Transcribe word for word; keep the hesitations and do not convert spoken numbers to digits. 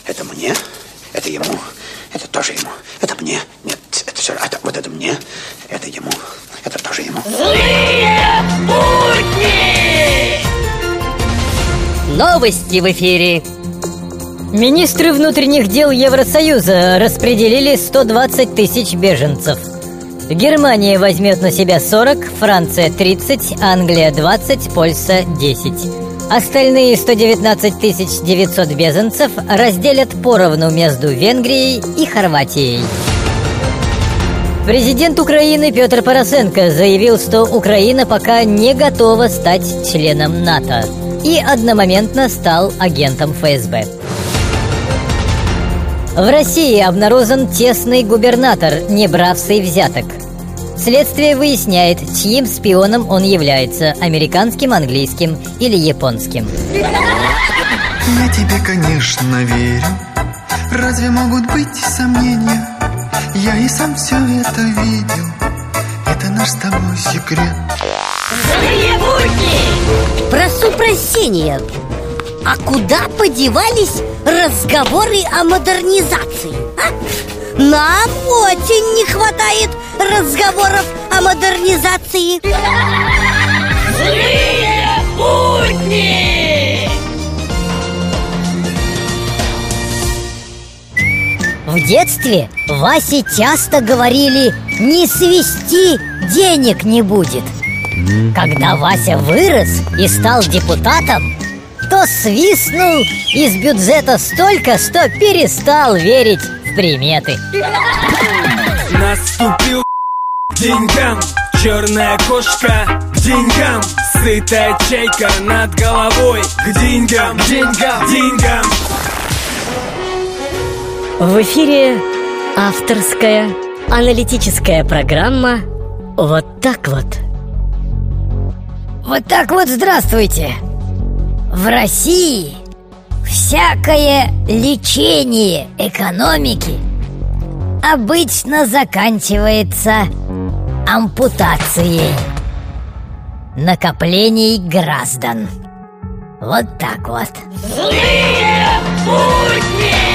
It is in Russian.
Это мне, это ему, это тоже ему, это мне. Нет, это все, это, вот это мне, это ему, это тоже ему. Злые будни! Новости в эфире. Министры внутренних дел Евросоюза распределили сто двадцать тысяч беженцев. Германия возьмет на себя сорок, Франция тридцать, Англия двадцать, Польша десять. Остальные сто девятнадцать тысяч девятьсот беженцев разделят поровну между Венгрией и Хорватией. Президент Украины Петр Порошенко заявил, что Украина пока не готова стать членом НАТО, и одномоментно стал агентом эф эс бэ. В России обнаружен тесный губернатор, не бравший взяток. Следствие выясняет, чьим шпионом он является – американским, английским или японским. Я тебе, конечно, верю. Разве могут быть сомнения? Я и сам все это видел. Это наш с тобой секрет. Злые будни! Прошу прощения. А куда подевались разговоры о модернизации? А? Нам очень не хватает разговоров о модернизации. Злые будни! В детстве Васе часто говорили: не свисти, денег не будет. Когда Вася вырос и стал депутатом, то свистнул из бюджета столько, что перестал верить в приметы. Наступил к деньгам, черная кошка к деньгам, сытая чайка над головой к деньгам, деньгам, деньгам. В эфире авторская аналитическая программа «Вот так вот». Вот так вот, здравствуйте. В России всякое лечение экономики обычно заканчивается ампутацией накоплений граждан. Вот так вот. Злые будни!